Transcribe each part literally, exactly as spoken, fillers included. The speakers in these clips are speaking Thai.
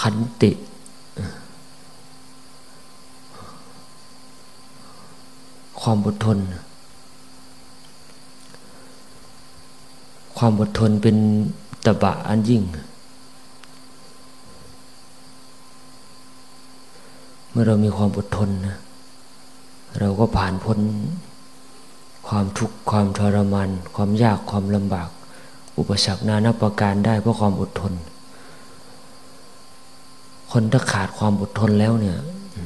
ขันติความอดทนความอดทนเป็นตบะอันยิ่งเมื่อเรามีความอดทนนะเราก็ผ่านพ้นความทุกข์ความทรมานความยากความลำบากอุปสรรคนานาประการได้เพราะความอดทนคนถ้าขาดความอดทนแล้วเนี่ย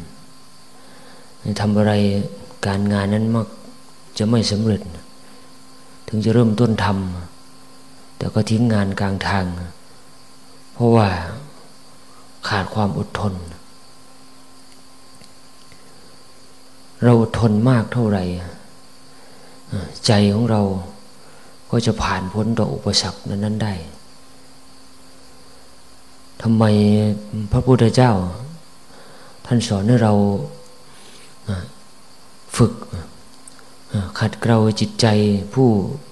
ทำอะไรการงานนั้นมักจะไม่สำเร็จถึงจะเริ่มต้นทำแต่ก็ทิ้งงานกลางทางเพราะว่าขาดความอดทนเราอดทนมากเท่าไหร่ใจของเราก็จะผ่านพ้นต่ออุปสรรคนั้นๆได้ทำไมพระพุทธเจ้าท่านสอนให้เราฝึกขัดเกลาจิตใจผู้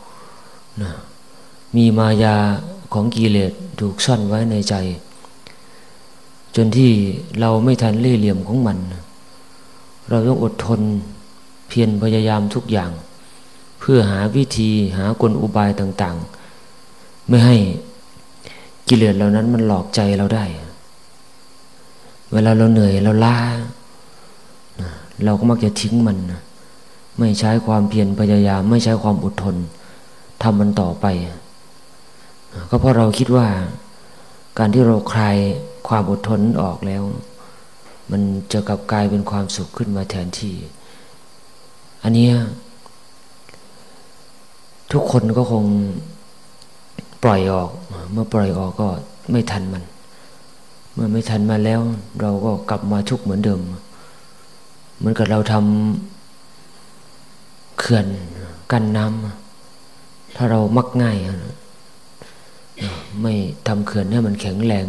มีมายาของกิเลสถูกซ่อนไว้ในใจจนที่เราไม่ทันเล่ห์เหลี่ยมของมันเราต้องอดทนเพียรพยายามทุกอย่างเพื่อหาวิธีหากลอุบายต่างๆไม่ให้กิเลสเหล่านั้นมันหลอกใจเราได้เวลาเราเหนื่อยเราล้าเราก็มักจะทิ้งมันไม่ใช้ความเพียรพยายามไม่ใช้ความอดทนทำมันต่อไปก็เพราะเราคิดว่าการที่เราคลายความอดทนออกแล้วมันจะกลับกลายเป็นความสุขขึ้นมาแทนที่อันนี้ทุกคนก็คงปล่อยออกเมื่อปล่อยออกก็ไม่ทันมันเมื่อไม่ทันมาแล้วเราก็กลับมาทุกข์เหมือนเดิมเหมือนกับเราทำเขื่อนกั้นน้ำถ้าเรามักง่ายไม่ทำเขื่อนให้มันแข็งแรง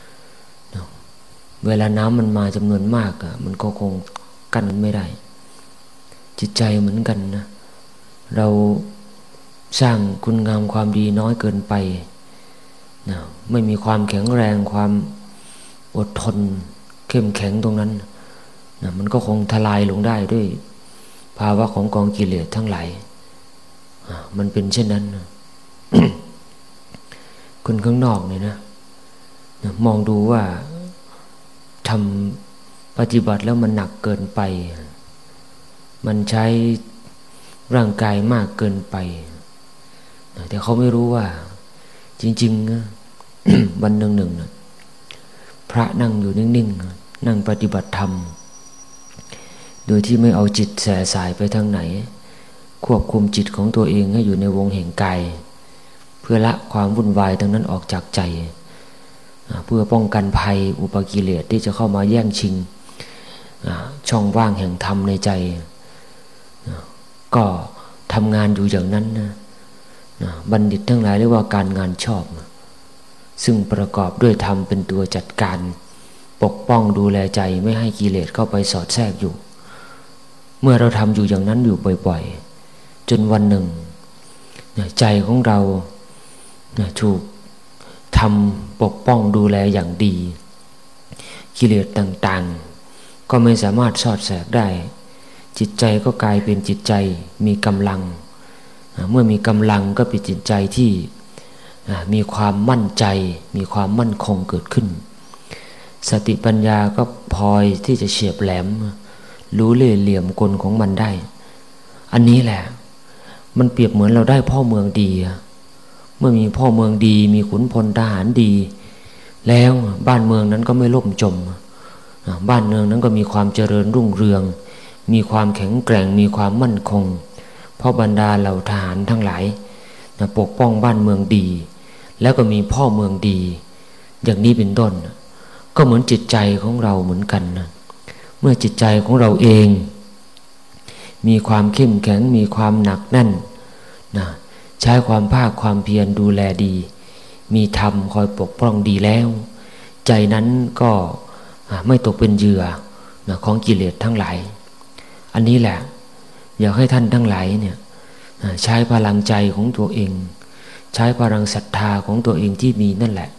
เวลาน้ำมันมาจำนวนมากมันก็คงกั้นไม่ได้จิตใจเหมือนกันนะเราสร้างคุณงามความดีน้อยเกินไปนะไม่มีความแข็งแรงความอดทนเข้มแข็งตรงนั้นนะมันก็คงทลายลงได้ด้วยภาวะของกองกิเลสทั้งหลายมันเป็นเช่นนั้นนะ คนข้างนอกเนี่ยนะนะมองดูว่าทำปฏิบัติแล้วมันหนักเกินไปมันใช้ร่างกายมากเกินไปแต่เขาไม่รู้ว่าจริงๆ วันหนึ่งหนึ่งนะพระนั่งอยู่นิ่งๆนั่งปฏิบัติธรรมโดยที่ไม่เอาจิตแส่สายไปทางไหนควบคุมจิตของตัวเองให้อยู่ในวงแห่งกายเพื่อละความวุ่นวายทั้งนั้นออกจากใจเพื่อป้องกันภัยอุปกิเลสที่จะเข้ามาแย่งชิงช่องว่างแห่งธรรมในใจก็ทำงานอยู่อย่างนั้นนะบัณฑิตทั้งหลายเรียกว่าการงานชอบซึ่งประกอบด้วยธรรมเป็นตัวจัดการปกป้องดูแลใจไม่ให้กิเลสเข้าไปสอดแทรกอยู่เมื่อเราทำอยู่อย่างนั้นอยู่บ่อยๆจนวันหนึ่งใจของเราถูกทำปกป้องดูแลอย่างดีกิเลสต่างๆก็ไม่สามารถสอดแทรกได้จิตใจก็กลายเป็นจิตใจมีกำลังเมื่อมีกำลังก็เป็นจิตใจที่มีความมั่นใจมีความมั่นคงเกิดขึ้นสติปัญญาก็พลอยที่จะเฉียบแหลมรู้เล่ห์เหลี่ยมกลของมันได้อันนี้แหละมันเปรียบเหมือนเราได้พ่อเมืองดีเมื่อมีพ่อเมืองดีมีขุนพลทหารดีแล้วบ้านเมืองนั้นก็ไม่ล่มจมบ้านเมืองนั้นก็มีความเจริญรุ่งเรืองมีความแข็งแกร่งมีความมั่นคงเพราะบรรดาเหล่าทหารทั้งหลายปกป้องบ้านเมืองดีแล้วก็มีพ่อเมืองดีอย่างนี้เป็นต้นก็เหมือนจิตใจของเราเหมือนกันนะเมื่อจิตใจของเราเองมีความเข้มแข็งมีความหนักแน่นนะใช้ความภาคความเพียรดูแลดีมีธรรมคอยปกป้องดีแล้วใจนั้นก็ไม่ตกเป็นเหยื่อนะของกิเลสทั้งหลายอันนี้แหละอยากให้ท่านทั้งหลายเนี่ยใช้พลังใจของตัวเองใช้พลังศรัทธาของตัวเองที่มีนั่นแหละ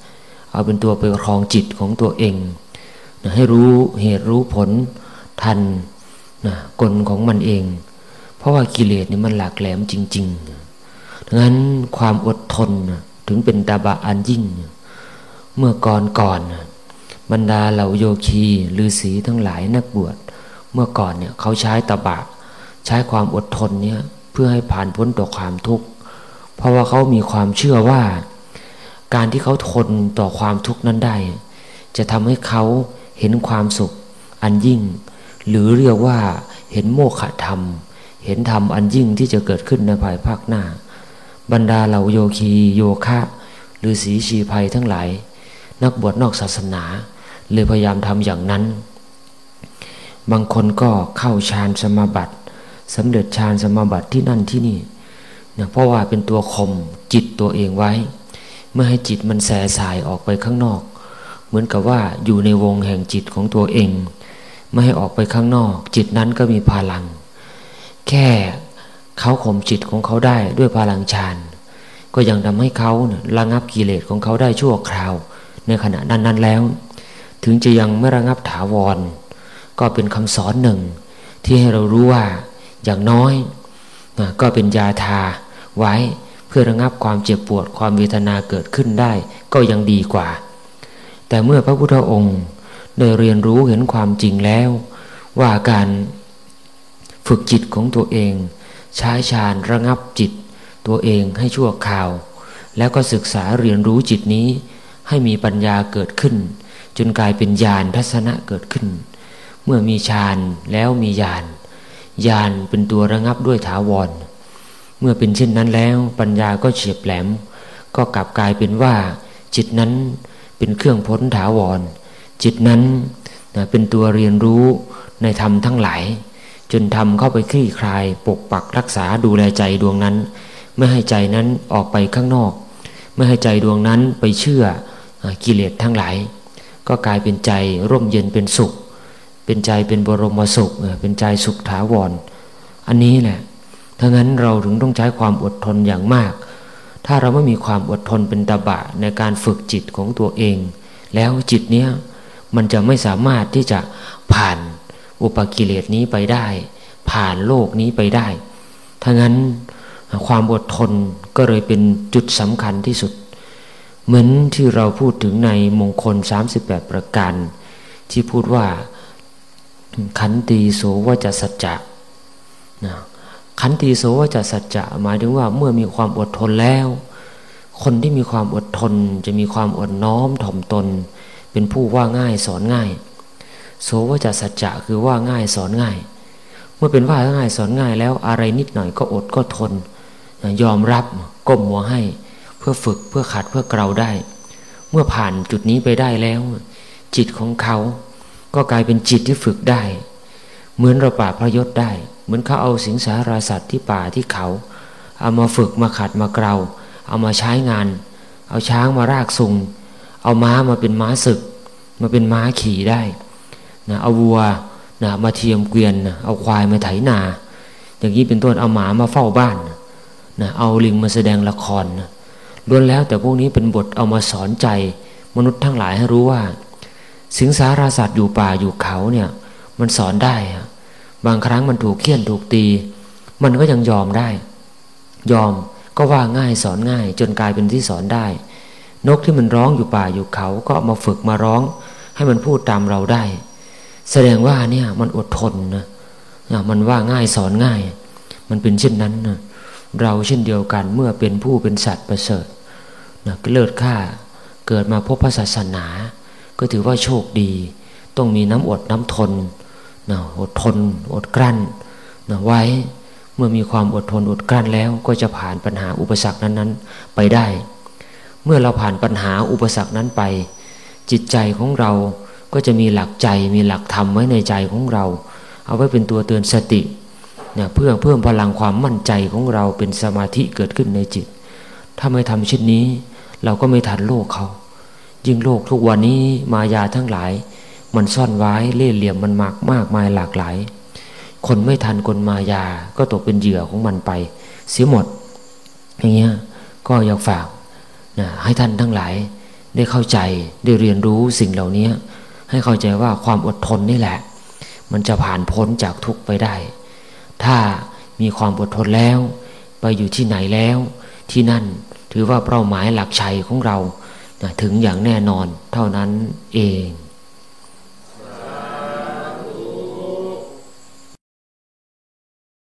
เอาเป็นตัวไปครองจิตของตัวเองนะให้รู้เหตุรู้ผลทันนะกลของมันเองเพราะว่ากิเลสนี่มันหลากแหลมจริงๆดังนั้นความอดทนนะถึงเป็นตบะอันยิ่งเมื่อก่อนก่อนบรรดาเหล่าโยคีฤาษีทั้งหลายนักบวชเมื่อก่อนเนี่ยเขาใช้ตบะใช้ความอดทนเนี่ยเพื่อให้ผ่านพ้นต่อความทุกข์เพราะว่าเขามีความเชื่อว่าการที่เขาทนต่อความทุกข์นั้นได้จะทำให้เขาเห็นความสุขอันยิ่งหรือเรียกว่าเห็นโมฆะธรรมเห็นธรรมอันยิ่งที่จะเกิดขึ้นในภายภาคหน้าบรรดาเหล่าโยคีโยคะฤาษีชีไพรทั้งหลายนักบวชนอกศาสนาเลยพยายามทำอย่างนั้นบางคนก็เข้าฌานสมาบัติสำเร็จฌานสมาบัติที่นั่นที่นี่นะเพราะว่าเป็นตัวข่มจิตตัวเองไว้ไม่ให้จิตมันแส่สายออกไปข้างนอกเหมือนกับว่าอยู่ในวงแห่งจิตของตัวเองไม่ให้ออกไปข้างนอกจิตนั้นก็มีพลังแค่เขาข่มจิตของเขาได้ด้วยพลังฌานก็ยังทำให้เขาเนี่ยระงับกิเลสของเขาได้ชั่วคราวในขณะนั้นๆแล้วถึงจะยังไม่ระงับถาวรก็เป็นคำสอนหนึ่งที่ให้เรารู้ว่าอย่างน้อยก็เป็นยาทาไว้เพื่อระงับความเจ็บปวดความเวทนาเกิดขึ้นได้ก็ยังดีกว่าแต่เมื่อพระพุทธองค์ได้เรียนรู้เห็นความจริงแล้วว่าการฝึกจิตของตัวเองใช้ฌานระงับจิตตัวเองให้ชั่วคราวแล้วก็ศึกษาเรียนรู้จิตนี้ให้มีปัญญาเกิดขึ้นจนกลายเป็นญาณทัศนะเกิดขึ้นเมื่อมีฌานแล้วมีญาณญาณเป็นตัวระงับด้วยถาวรเมื่อเป็นเช่นนั้นแล้วปัญญาก็เฉียบแหลมก็กลับกลายเป็นว่าจิตนั้นเป็นเครื่องพ้นถาวรจิตนั้นนะเป็นตัวเรียนรู้ในธรรมทั้งหลายจนทำเข้าไปคลี่คลายปกปักรักษาดูแลใจดวงนั้นไม่ให้ใจนั้นออกไปข้างนอกไม่ให้ใจดวงนั้นไปเชื่อกิเลสทั้งหลายก็กลายเป็นใจร่มเย็นเป็นสุขเป็นใจเป็นบรมสุขเป็นใจสุขถาวรอันนี้แหละถ้างั้นเราถึงต้องใช้ความอดทนอย่างมากถ้าเราไม่มีความอดทนเป็นตบะในการฝึกจิตของตัวเองแล้วจิตเนี้ยมันจะไม่สามารถที่จะผ่านอุปกิเลสนี้ไปได้ผ่านโลกนี้ไปได้ถ้างั้นความอดทนก็เลยเป็นจุดสำคัญที่สุดเหมือนที่เราพูดถึงในมงคลสามสิบแปดประการที่พูดว่าขันติโสวจสัจจะนะขันติโสวจสัจจะหมายถึงว่าเมื่อมีความอดทนแล้วคนที่มีความอดทนจะมีความอ่อนน้อมถ่อมตนเป็นผู้ว่าง่ายสอนง่ายโสวจสัจจะคือว่าง่ายสอนง่ายเมื่อเป็นว่าง่ายสอนง่ายแล้วอะไรนิดหน่อยก็อดก็ทนยอมรับก้มหัวให้เพื่อฝึกเพื่อขัดเพื่อเกลาได้เมื่อผ่านจุดนี้ไปได้แล้วจิตของเขาก็กลายเป็นจิตที่ฝึกได้เหมือนเราป่าพระยศได้เหมือนเขาเอาสิงสาราสัตว์ที่ป่าที่เขาเอามาฝึกมาขัดมาเกลาเอามาใช้งานเอาช้างมารากซุงเอาม้ามาเป็นม้าศึกมาเป็นม้าขี่ได้นะเอาวัวนะมาเทียมเกวียนนะเอาควายมาไถนาอย่างนี้เป็นต้นเอาหมามาเฝ้าบ้านนะเอาลิงมาแสดงละครนะล้วนแล้วแต่พวกนี้เป็นบทเอามาสอนใจมนุษย์ทั้งหลายให้รู้ว่าสิงสาราสัตว์อยู่ป่าอยู่เขาเนี่ยมันสอนได้บางครั้งมันถูกเฆี่ยนถูกตีมันก็ยังยอมได้ยอมก็ว่าง่ายสอนง่ายจนกลายเป็นที่สอนได้นกที่มันร้องอยู่ป่าอยู่เขาก็เอามาฝึกมาร้องให้มันพูดตามเราได้แสดงว่าเนี่ยมันอดทนนะมันว่าง่ายสอนง่ายมันเป็นเช่นนั้นนะเราเช่นเดียวกันเมื่อเป็นผู้เป็นสัตว์ประเสริฐนะเลิศค่าเกิดมาพบพระศาสนาก็ถือว่าโชคดีต้องมีน้ำอดน้ำทนนะอดทนอดกลั้นนะไว้เมื่อมีความอดทนอดกลั้นแล้วก็จะผ่านปัญหาอุปสรรคนั้นๆไปได้เมื่อเราผ่านปัญหาอุปสรรคนั้นไปจิตใจของเราก็จะมีหลักใจมีหลักธรรมไว้ในใจของเราเอาไว้เป็นตัวเตือนสติเนี่ยเพื่อเพิ่มพลังความมั่นใจของเราเป็นสมาธิเกิดขึ้นในจิตถ้าไม่ทำเช่นนี้เราก็ไม่ทันโลกเขายิ่งโลกทุกวันนี้มายาทั้งหลายมันซ่อนไว้เล่ห์เหลี่ยมมันมากมากมายหลากหลายคนไม่ทันกลมายาก็ตกเป็นเหยื่อของมันไปเสียหมดอย่างเงี้ยก็อยากฝากนะให้ท่านทั้งหลายได้เข้าใจได้เรียนรู้สิ่งเหล่านี้ให้เข้าใจว่าความอดทนนี่แหละมันจะผ่านพ้นจากทุกข์ไปได้ถ้ามีความอดทนแล้วไปอยู่ที่ไหนแล้วที่นั่นถือว่าเป้าหมายหลักชัยของเราถึงอย่างแน่นอนเท่านั้นเอง